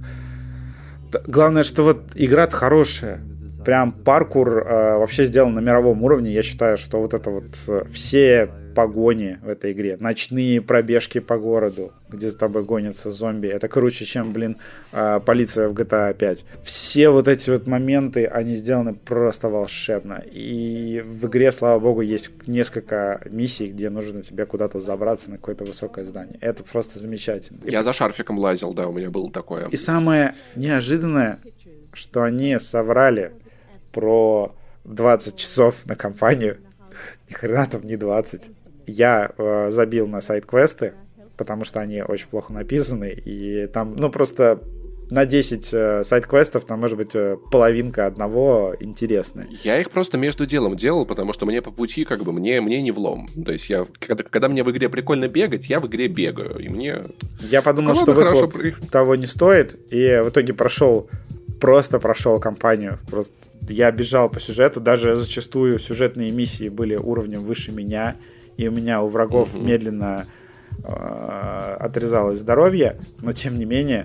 Главное, что вот игра-то хорошая. Прям паркур вообще сделан на мировом уровне. Я считаю, что вот это вот все погони в этой игре, ночные пробежки по городу, где за тобой гонятся зомби, это круче, чем, полиция в GTA 5. Все вот эти вот моменты, они сделаны просто волшебно. И в игре, слава богу, есть несколько миссий, где нужно тебе куда-то забраться на какое-то высокое здание. Это просто замечательно. Я за шарфиком лазил, да, у меня было такое. И самое неожиданное, что они соврали про 20 часов на кампанию. Ни хрена там не 20. Я забил на сайд-квесты, потому что они очень плохо написаны, и там, просто на 10 сайд-квестов там может быть половинка одного интересная. Я их просто между делом делал, потому что мне по пути, как бы, мне не влом. То есть когда мне в игре прикольно бегать, я в игре бегаю, и мне... Я подумал, что выхлоп того не стоит, и в итоге прошел просто прошел кампанию. Просто я бежал по сюжету, даже зачастую сюжетные миссии были уровнем выше меня, и у меня у врагов медленно отрезалось здоровье, но тем не менее,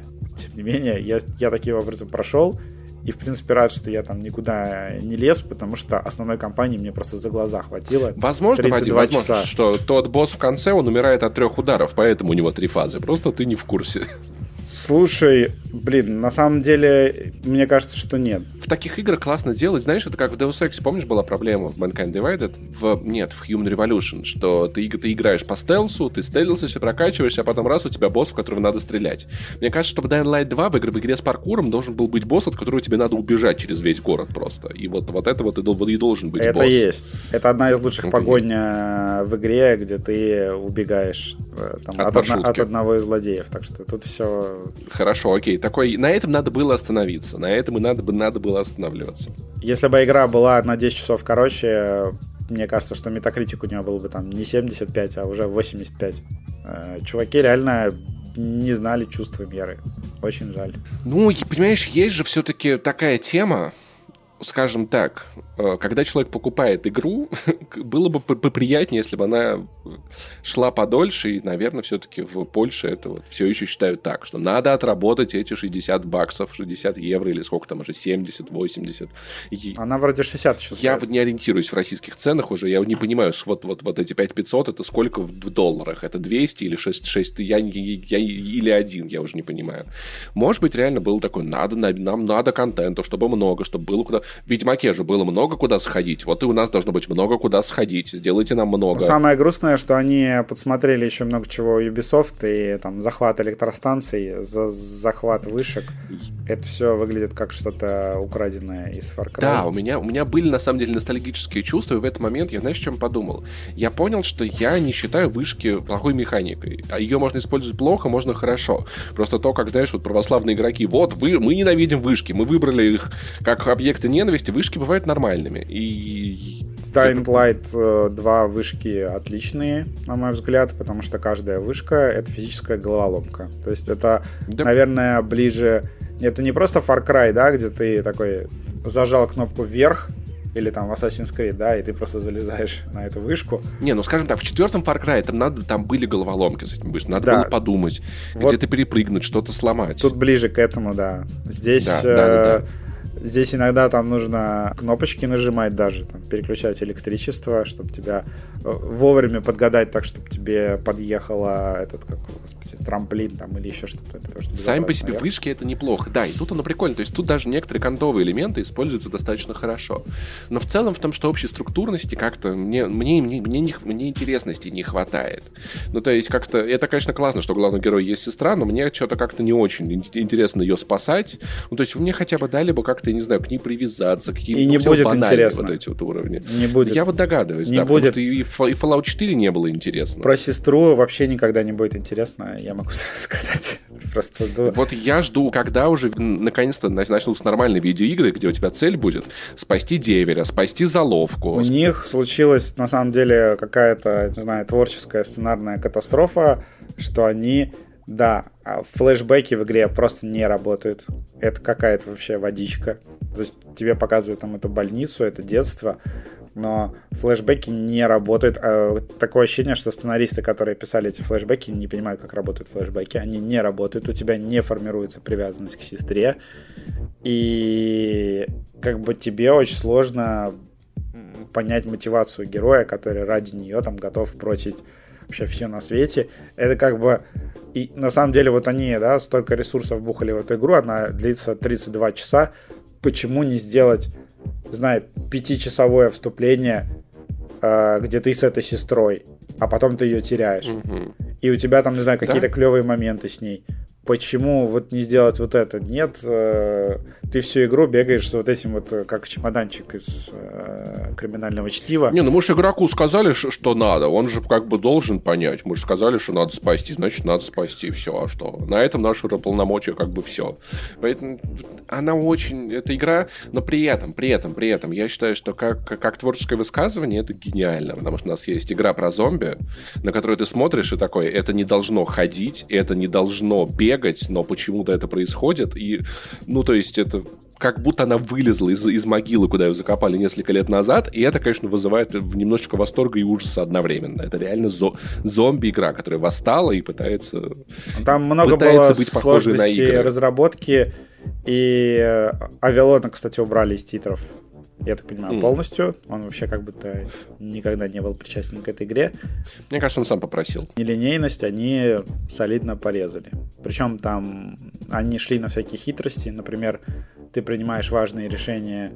я таким образом прошел, и в принципе рад, что я там никуда не лез, потому что основной кампании мне просто за глаза хватило. Возможно, Вадим, возможно, что тот босс в конце, он умирает от 3 ударов, поэтому у него 3 фазы, просто ты не в курсе. Слушай, на самом деле, мне кажется, что нет. В таких играх классно делать, знаешь, это как в Deus Ex, помнишь, была проблема в Mankind Divided? В Human Revolution, что ты играешь по стелсу, ты стелсишься, прокачиваешься, а потом раз, у тебя босс, в которого надо стрелять. Мне кажется, что в Dying Light 2 в игре с паркуром должен был быть босс, от которого тебе надо убежать через весь город просто. И вот это вот и должен быть босс. Это есть. Это одна из лучших погонь в игре, где ты убегаешь от одного из злодеев. Так что тут все... Хорошо, окей. На этом надо было остановиться. На этом и надо было останавливаться. Если бы игра была на 10 часов короче, мне кажется, что Metacritic у него был бы там не 75, а уже 85. Чуваки реально не знали чувства меры. Очень жаль. Ну, понимаешь, есть же все-таки такая тема, скажем так, когда человек покупает игру, было бы поприятнее, если бы она шла подольше, и, наверное, все-таки в Польше это вот все еще считают так, что надо отработать эти 60 баксов, 60 евро или сколько там уже, 70, 80. Она вроде 60 еще стоит. Я не ориентируюсь в российских ценах уже, я не понимаю, вот эти 5500 это сколько в долларах? Это 200 или 6 или 1, я уже не понимаю. Может быть, реально было такое, нам надо контента, чтобы много, чтобы было куда... В Ведьмаке же было много куда сходить. Вот и у нас должно быть много куда сходить. Сделайте нам много. Самое грустное, что они подсмотрели еще много чего у Ubisoft, и там захват электростанций, захват вышек. Это все выглядит как что-то украденное из Far Cry. Да, у меня были на самом деле ностальгические чувства, и в этот момент я, знаешь, о чем подумал? Я понял, что я не считаю вышки плохой механикой. А ее можно использовать плохо, можно хорошо. Просто то, как, знаешь, вот православные игроки, мы ненавидим вышки, мы выбрали их как объекты ненависти, вышки бывают нормальными. И... Dying Light 2 вышки отличные, на мой взгляд, потому что каждая вышка — это физическая головоломка. То есть это, наверное, ближе... Это не просто Far Cry, да, где ты такой зажал кнопку вверх, или там в Assassin's Creed, да, и ты просто залезаешь на эту вышку. Не, ну скажем так, в 4-м Far Cry там были головоломки с этим вышкой. Надо было подумать, вот где-то перепрыгнуть, что-то сломать. Тут ближе к этому, да. Здесь... Здесь иногда там нужно кнопочки нажимать даже, там, переключать электричество, чтобы тебя вовремя подгадать так, чтобы тебе подъехало трамплин там, или еще что-то. Сами по себе вышки это неплохо. Да, и тут оно прикольно. То есть тут даже некоторые контовые элементы используются достаточно хорошо. Но в целом в том, что общей структурности как-то мне интересности не хватает. Ну, то есть как-то... Это, конечно, классно, что у главного героя есть сестра, но мне что-то как-то не очень интересно ее спасать. Ну, то есть вы мне хотя бы дали бы как-то, не знаю, к ней привязаться, какие-то не будет интересно. Вот эти вот уровни. Не будет. Я вот догадываюсь, не да, будет. потому что и Fallout 4 не было интересно. Про сестру вообще никогда не будет интересно, я могу сказать. Просто, Вот я жду, когда уже наконец-то начнутся нормальные видеоигры, где у тебя цель будет спасти деверя, спасти заловку. У них случилась, на самом деле, какая-то, не знаю, творческая сценарная катастрофа, что они... Да, флешбеки в игре просто не работают. Это какая-то вообще водичка. Тебе показывают там эту больницу, это детство, но флешбеки не работают. Такое ощущение, что сценаристы, которые писали эти флешбеки, не понимают, как работают флешбеки. Они не работают, у тебя не формируется привязанность к сестре. И как бы тебе очень сложно понять мотивацию героя, который ради нее там готов бросить вообще все на свете. Это как бы... И на самом деле вот они, да, столько ресурсов бухали в эту игру, она длится 32 часа. Почему не сделать, знаю, 5-часовое вступление, где ты с этой сестрой, а потом ты ее теряешь. И у тебя там, не знаю, какие-то клевые моменты с ней. Почему вот не сделать вот это? Нет, ты всю игру бегаешь с вот этим вот, как чемоданчик из криминального чтива. Не, ну мы же игроку сказали, что надо. Он же как бы должен понять. Мы же сказали, что надо спасти, значит, надо спасти. Все, а что? На этом наши полномочия как бы все. Поэтому она очень... Эта игра, но при этом, я считаю, что как творческое высказывание это гениально. Потому что у нас есть игра про зомби, на которую ты смотришь и такой, это не должно ходить, это не должно бегать, но почему-то это происходит. И, ну, то есть, это как будто она вылезла из могилы, куда ее закопали несколько лет назад, и это, конечно, вызывает немножечко восторга и ужаса одновременно. Это реально зомби-игра, которая восстала и пытается много было быть похожей на игры. Разработки, и Авилона, кстати, убрали из титров. Я так понимаю, полностью. Он вообще как будто никогда не был причастен к этой игре. Мне кажется, он сам попросил. Нелинейность они солидно порезали. Причем там они шли на всякие хитрости. Например, ты принимаешь важные решения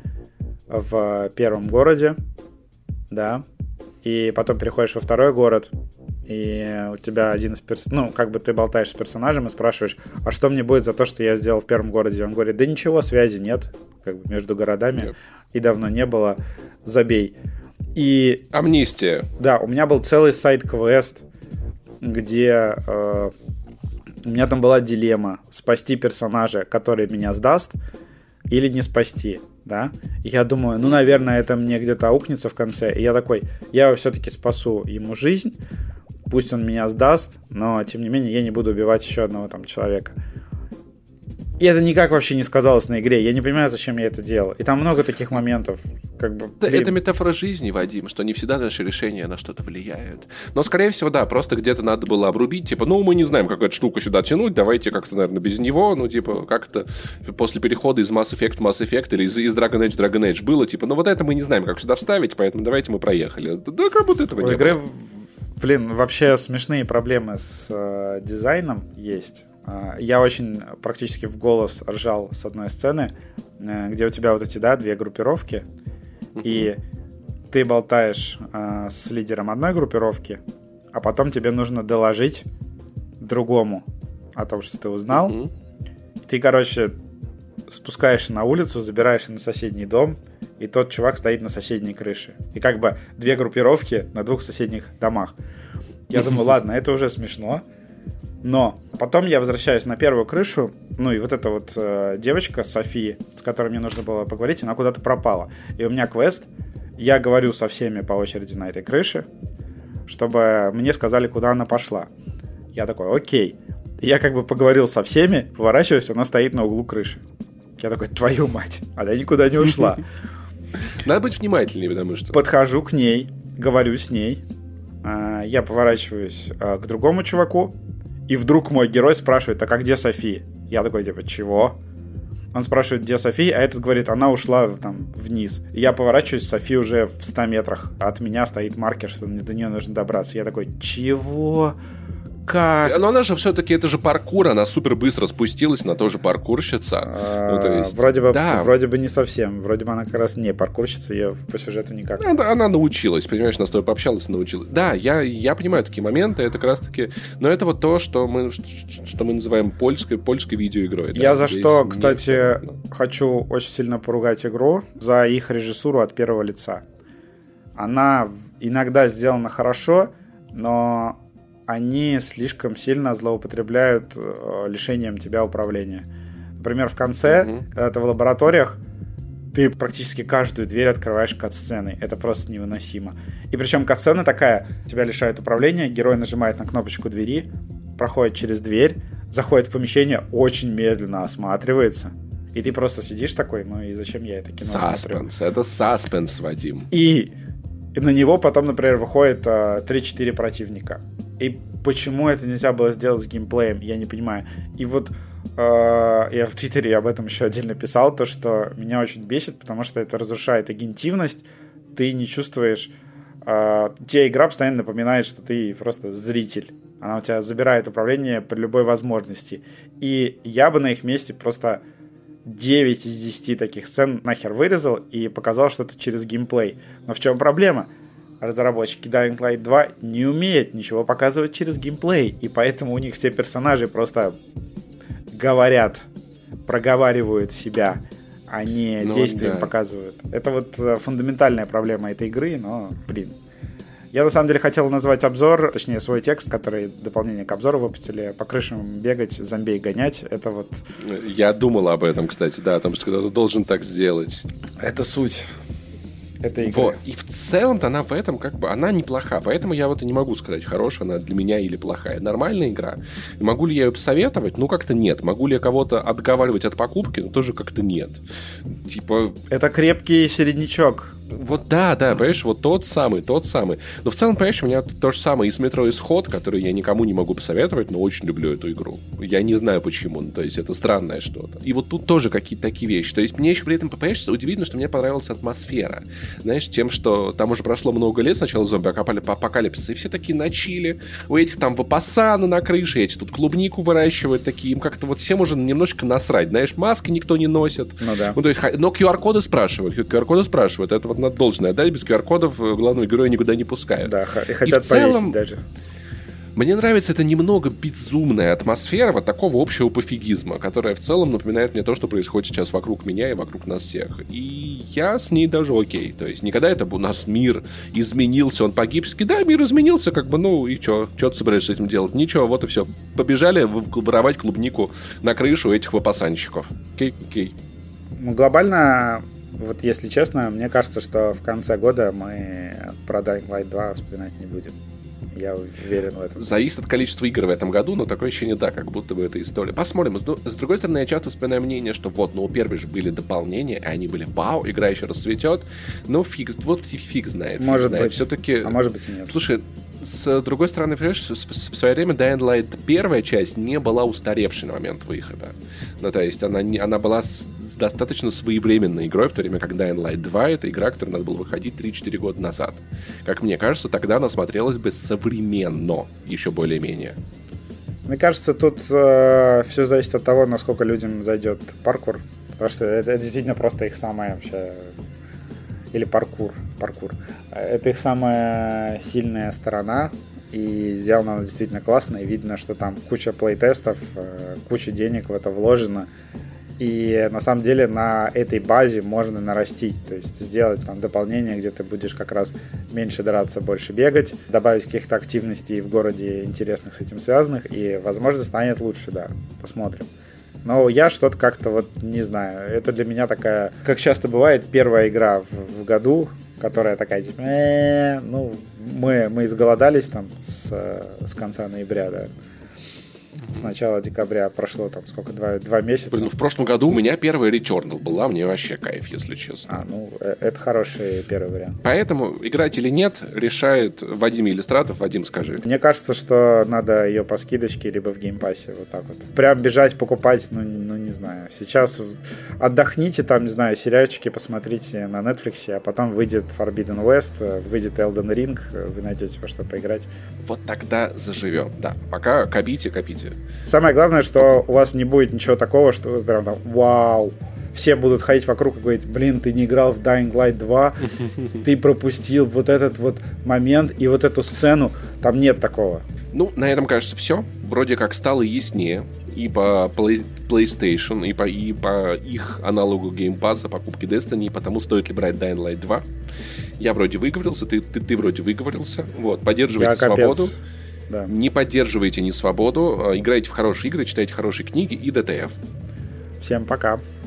в первом городе, да, и потом переходишь во второй город, и у тебя один из ты болтаешь с персонажем и спрашиваешь, а что мне будет за то, что я сделал в первом городе? Он говорит, да ничего, связи нет между городами, и давно не было, забей. И... Амнистия. Да, у меня был целый сайд-квест, где у меня там была дилемма, спасти персонажа, который меня сдаст, или не спасти, да? И я думаю, наверное, это мне где-то аукнется в конце. И я такой, я его все-таки спасу ему жизнь, пусть он меня сдаст, но, тем не менее, я не буду убивать еще одного там человека. И это никак вообще не сказалось на игре. Я не понимаю, зачем я это делал. И там много таких моментов. Это метафора жизни, Вадим, что не всегда наши решения на что-то влияют. Но, скорее всего, да, просто где-то надо было обрубить. Мы не знаем, как эту штуку сюда тянуть, давайте как-то, наверное, без него. Как-то после перехода из Mass Effect в Mass Effect или из Dragon Age было, вот это мы не знаем, как сюда вставить, поэтому давайте мы проехали. Да, как будто этого не было. Вообще смешные проблемы с дизайном есть. Я очень практически в голос ржал с одной сцены, где у тебя две группировки, и ты болтаешь с лидером одной группировки, а потом тебе нужно доложить другому о том, что ты узнал. Ты, спускаешься на улицу, забираешься на соседний дом, и тот чувак стоит на соседней крыше. И две группировки на двух соседних домах. Я думаю, ладно, это уже смешно. Но потом я возвращаюсь на первую крышу, и эта девочка, София, с которой мне нужно было поговорить, она куда-то пропала. И у меня квест, я говорю со всеми по очереди на этой крыше, чтобы мне сказали, куда она пошла. Я такой, окей. Я поговорил со всеми, поворачиваюсь, она стоит на углу крыши. Я такой, твою мать, она никуда не ушла. Надо быть внимательнее, потому что... Подхожу к ней, говорю с ней, я поворачиваюсь к другому чуваку, и вдруг мой герой спрашивает, а где София? Я такой, чего? Он спрашивает, где София, а этот говорит, она ушла вниз. И я поворачиваюсь, София уже в 100 метрах. От меня стоит маркер, что мне до нее нужно добраться. Я такой, чего? Как? Но она же все-таки, это же паркур, она супер быстро спустилась, она тоже паркурщица. Вроде бы не совсем. Вроде бы она как раз не паркурщица, ее по сюжету никак. Она научилась, понимаешь, нас с тобой пообщалась и научилась. Да, я понимаю такие моменты, это как раз таки... Но это то, что мы называем польской видеоигрой. Я за что, кстати, хочу очень сильно поругать игру за их режиссуру от первого лица. Она иногда сделана хорошо, но... они слишком сильно злоупотребляют лишением тебя управления. Например, в конце, когда ты в лабораториях, ты практически каждую дверь открываешь кат-сценой. Это просто невыносимо. И причем кат-сцена такая, тебя лишает управления, герой нажимает на кнопочку двери, проходит через дверь, заходит в помещение, очень медленно осматривается. И ты просто сидишь такой, и зачем я это кино смотрю? Саспенс, это саспенс, Вадим. И на него потом, например, выходит 3-4 противника. И почему это нельзя было сделать с геймплеем, я не понимаю. И я в Твиттере об этом еще отдельно писал, то, что меня очень бесит, потому что это разрушает агентивность, ты не чувствуешь... тебе игра постоянно напоминает, что ты просто зритель. Она у тебя забирает управление при любой возможности. И я бы на их месте просто 9 из 10 таких сцен нахер вырезал и показал что-то через геймплей. Но в чем проблема? Разработчики Dying Light 2 не умеют ничего показывать через геймплей, и поэтому у них все персонажи просто говорят, проговаривают себя, а не действием показывают. Это фундаментальная проблема этой игры, но, Я на самом деле хотел назвать обзор, точнее свой текст, который дополнение к обзору выпустили, по крышам бегать, зомбей гонять. Это Я думал об этом, кстати, да, о том, что кто-то должен так сделать. Это суть. этой игры. Вот. И в целом-то она в этом она неплоха. Поэтому я вот и не могу сказать, хорошая она для меня или плохая. Нормальная игра. И могу ли я ее посоветовать? Ну, как-то нет. Могу ли я кого-то отговаривать от покупки? Ну, тоже как-то нет. Типа... Это крепкий середнячок. Вот да, понимаешь, вот тот самый. Но в целом, понимаешь, у меня то же самое и с Metro Исход, который я никому не могу посоветовать, но очень люблю эту игру. Я не знаю почему, то есть это странное что-то. И вот тут тоже какие-то такие вещи. То есть мне еще при этом, понимаешь, удивительно, что мне понравилась атмосфера. Знаешь, тем, что там уже прошло много лет с начала зомби-апокалипсиса, и все такие на чили. У этих там вапасаны на крыше, эти тут клубнику выращивают такие, им как-то вот всем уже немножечко насрать. Знаешь, маски никто не носит. Ну да. Ну, то есть, но QR-коды спрашивают. Это вот надо должное отдать, без QR-кодов главного героя никуда не пускают. Да, и хотят повесить даже. Мне нравится эта немного безумная атмосфера вот такого общего пофигизма, которая в целом напоминает мне то, что происходит сейчас вокруг меня и вокруг нас всех. И я с ней даже окей. То есть никогда это у нас мир изменился, он погиб. Да, мир изменился, ну и что? Что ты собираешься с этим делать? Ничего, вот и все. Побежали воровать клубнику на крышу этих вапасанщиков. Окей. Ну, глобально, вот если честно, мне кажется, что в конце года мы про Dying Light 2 вспоминать не будем. Я уверен в этом. Зависит от количества игр в этом году, но такое ощущение, да, как будто бы это история. Посмотрим. С другой стороны, я часто вспоминаю мнение, что вот, у первой же были дополнения, и они были вау, игра еще расцветет. Но фиг знает. Может быть. Все-таки... А может быть и нет. Слушай, с другой стороны, понимаешь, в свое время Dying Light первая часть не была устаревшей на момент выхода. Ну, то есть она была достаточно своевременной игрой, в то время как Dying Light 2 — это игра, которая надо было выходить 3-4 года назад. Как мне кажется, тогда она смотрелась бы современно, еще более-менее. Мне кажется, тут все зависит от того, насколько людям зайдет паркур. Потому что это действительно просто их самая вообще... Или паркур. Это их самая сильная сторона. И сделано она действительно классно. И видно, что там куча плейтестов, куча денег в это вложено. И на самом деле на этой базе можно нарастить. То есть сделать там дополнение, где ты будешь как раз меньше драться, больше бегать. Добавить каких-то активностей в городе интересных с этим связанных. И, возможно, станет лучше, да. Посмотрим. Но я что-то как-то вот не знаю. Это для меня такая, как часто бывает, первая игра в году, которая такая, типа, мы изголодались там с конца ноября, да. С начала декабря прошло там сколько, 2 месяца. Блин, в прошлом году у меня первая Returnal была, мне вообще кайф, если честно. Это хороший первый вариант. Поэтому играть или нет решает Вадим Иллюстратов. Вадим, скажи. Мне кажется, что надо ее по скидочке либо в геймпассе, вот так вот. Прям бежать покупать, ну не знаю. Сейчас отдохните там, не знаю, сериальчики посмотрите на Netflix, а потом выйдет Forbidden West, выйдет Elden Ring, вы найдете во что поиграть. Вот тогда заживем, да. Пока копите. Самое главное, что у вас не будет ничего такого, что вы прям там, вау, все будут ходить вокруг и говорить, блин, ты не играл в Dying Light 2, ты пропустил вот этот вот момент и вот эту сцену, там нет такого. Ну, на этом, кажется, все. Вроде как стало яснее и по PlayStation, и по их аналогу Game Pass, покупки Destiny, и потому стоит ли брать Dying Light 2. Я вроде выговорился, ты вроде выговорился. Вот, поддерживайте свободу. Да. Не поддерживайте несвободу, играйте в хорошие игры, читайте хорошие книги и ДТФ. Всем пока.